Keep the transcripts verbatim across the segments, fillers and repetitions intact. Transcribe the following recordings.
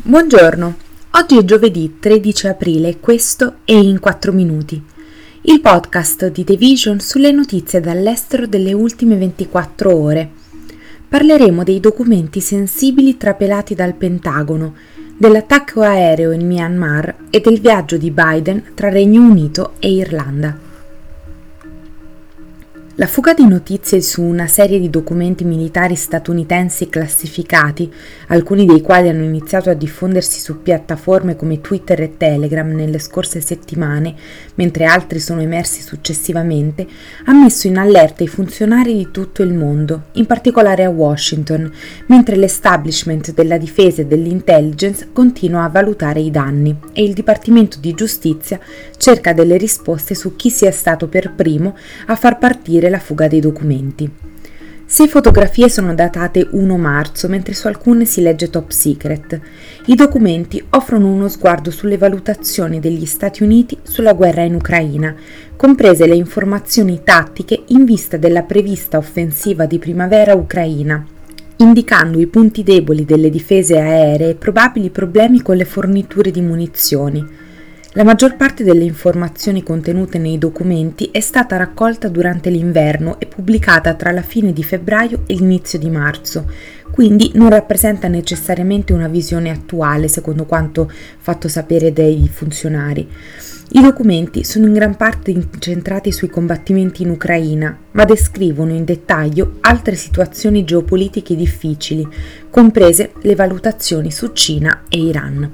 Buongiorno, oggi è giovedì tredici aprile e questo è In quattro minuti, il podcast di The Vision sulle notizie dall'estero delle ultime ventiquattro ore. Parleremo dei documenti sensibili trapelati dal Pentagono, dell'attacco aereo in Myanmar e del viaggio di Biden tra Regno Unito e Irlanda. La fuga di notizie su una serie di documenti militari statunitensi classificati, alcuni dei quali hanno iniziato a diffondersi su piattaforme come Twitter e Telegram nelle scorse settimane, mentre altri sono emersi successivamente, ha messo in allerta i funzionari di tutto il mondo, in particolare a Washington, mentre l'establishment della difesa e dell'intelligence continua a valutare i danni e il Dipartimento di Giustizia cerca delle risposte su chi sia stato per primo a far partire la fuga dei documenti. Sei fotografie sono datate primo marzo, mentre su alcune si legge top secret. I documenti offrono uno sguardo sulle valutazioni degli Stati Uniti sulla guerra in Ucraina, comprese le informazioni tattiche in vista della prevista offensiva di primavera ucraina, indicando i punti deboli delle difese aeree e probabili problemi con le forniture di munizioni. La maggior parte delle informazioni contenute nei documenti è stata raccolta durante l'inverno e pubblicata tra la fine di febbraio e l'inizio di marzo, quindi non rappresenta necessariamente una visione attuale, secondo quanto fatto sapere dai funzionari. I documenti sono in gran parte incentrati sui combattimenti in Ucraina, ma descrivono in dettaglio altre situazioni geopolitiche difficili, comprese le valutazioni su Cina e Iran.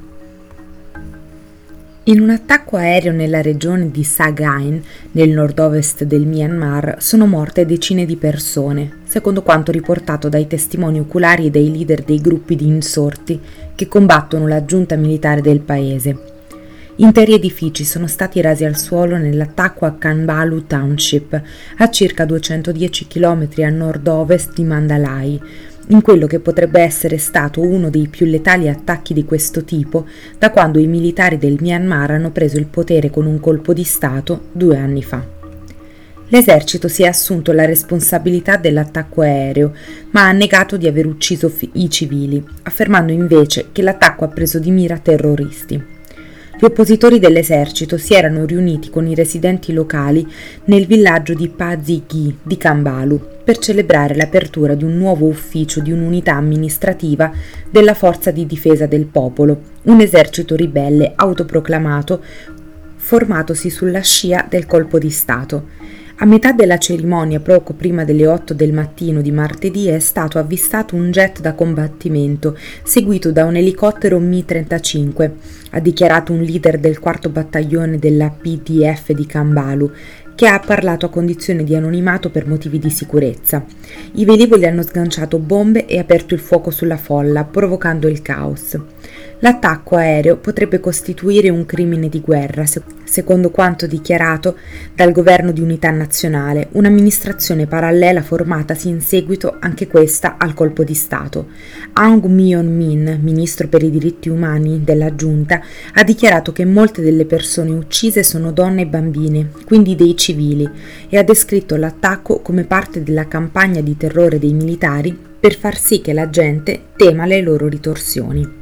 In un attacco aereo nella regione di Sagaing, nel nord-ovest del Myanmar, sono morte decine di persone, secondo quanto riportato dai testimoni oculari e dai leader dei gruppi di insorti che combattono la giunta militare del paese. Interi edifici sono stati rasi al suolo nell'attacco a Khanbalu Township, a circa duecentodieci chilometri a nord-ovest di Mandalay, in quello che potrebbe essere stato uno dei più letali attacchi di questo tipo da quando i militari del Myanmar hanno preso il potere con un colpo di Stato due anni fa. L'esercito si è assunto la responsabilità dell'attacco aereo, ma ha negato di aver ucciso fi- i civili, affermando invece che l'attacco ha preso di mira terroristi. Gli oppositori dell'esercito si erano riuniti con i residenti locali nel villaggio di Pazighi di Khanbalu per celebrare l'apertura di un nuovo ufficio di un'unità amministrativa della Forza di Difesa del Popolo, un esercito ribelle autoproclamato formatosi sulla scia del colpo di Stato. A metà della cerimonia, poco prima delle otto del mattino di martedì, è stato avvistato un jet da combattimento, seguito da un elicottero Mi trentacinque, ha dichiarato un leader del quarto battaglione della P D F di Khanbalu, che ha parlato a condizione di anonimato per motivi di sicurezza. I velivoli hanno sganciato bombe e aperto il fuoco sulla folla, provocando il caos. L'attacco aereo potrebbe costituire un crimine di guerra, secondo quanto dichiarato dal Governo di Unità Nazionale, un'amministrazione parallela formatasi in seguito anche questa al colpo di Stato. Aung Myon Min, ministro per i diritti umani della giunta, ha dichiarato che molte delle persone uccise sono donne e bambine, quindi dei civili, e ha descritto l'attacco come parte della campagna di terrore dei militari per far sì che la gente tema le loro ritorsioni.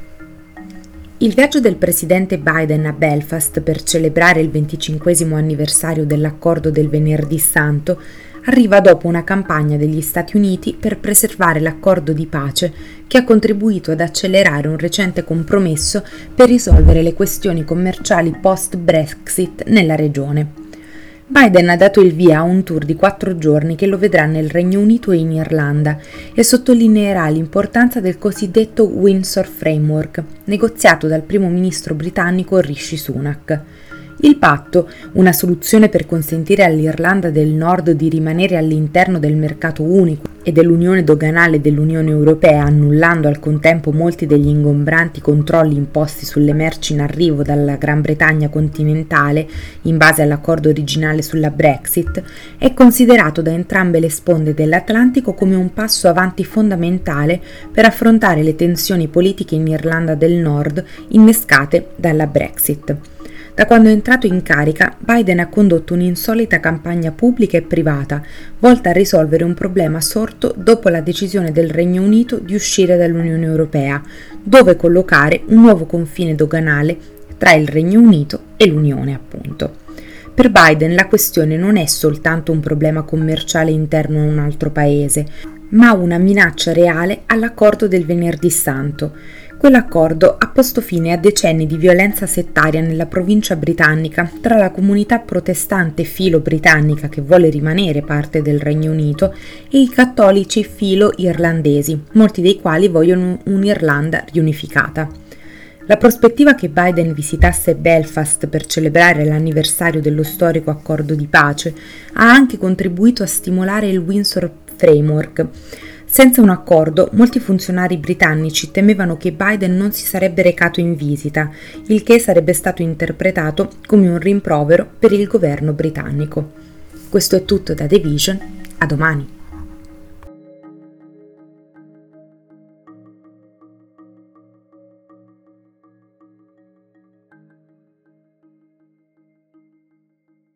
Il viaggio del presidente Biden a Belfast per celebrare il venticinquesimo anniversario dell'accordo del Venerdì Santo arriva dopo una campagna degli Stati Uniti per preservare l'accordo di pace che ha contribuito ad accelerare un recente compromesso per risolvere le questioni commerciali post-Brexit nella regione. Biden ha dato il via a un tour di quattro giorni che lo vedrà nel Regno Unito e in Irlanda e sottolineerà l'importanza del cosiddetto Windsor Framework, negoziato dal primo ministro britannico Rishi Sunak. Il patto, una soluzione per consentire all'Irlanda del Nord di rimanere all'interno del mercato unico e dell'unione doganale dell'Unione Europea, annullando al contempo molti degli ingombranti controlli imposti sulle merci in arrivo dalla Gran Bretagna continentale in base all'accordo originale sulla Brexit, è considerato da entrambe le sponde dell'Atlantico come un passo avanti fondamentale per affrontare le tensioni politiche in Irlanda del Nord innescate dalla Brexit. Da quando è entrato in carica, Biden ha condotto un'insolita campagna pubblica e privata, volta a risolvere un problema sorto dopo la decisione del Regno Unito di uscire dall'Unione Europea, dove collocare un nuovo confine doganale tra il Regno Unito e l'Unione, appunto. Per Biden la questione non è soltanto un problema commerciale interno a un altro paese, ma una minaccia reale all'accordo del Venerdì Santo. Quell'accordo ha posto fine a decenni di violenza settaria nella provincia britannica tra la comunità protestante filo-britannica che vuole rimanere parte del Regno Unito e i cattolici filo-irlandesi, molti dei quali vogliono un'Irlanda riunificata. La prospettiva che Biden visitasse Belfast per celebrare l'anniversario dello storico accordo di pace ha anche contribuito a stimolare il Windsor Framework. Senza un accordo, molti funzionari britannici temevano che Biden non si sarebbe recato in visita, il che sarebbe stato interpretato come un rimprovero per il governo britannico. Questo è tutto da The Vision, a domani.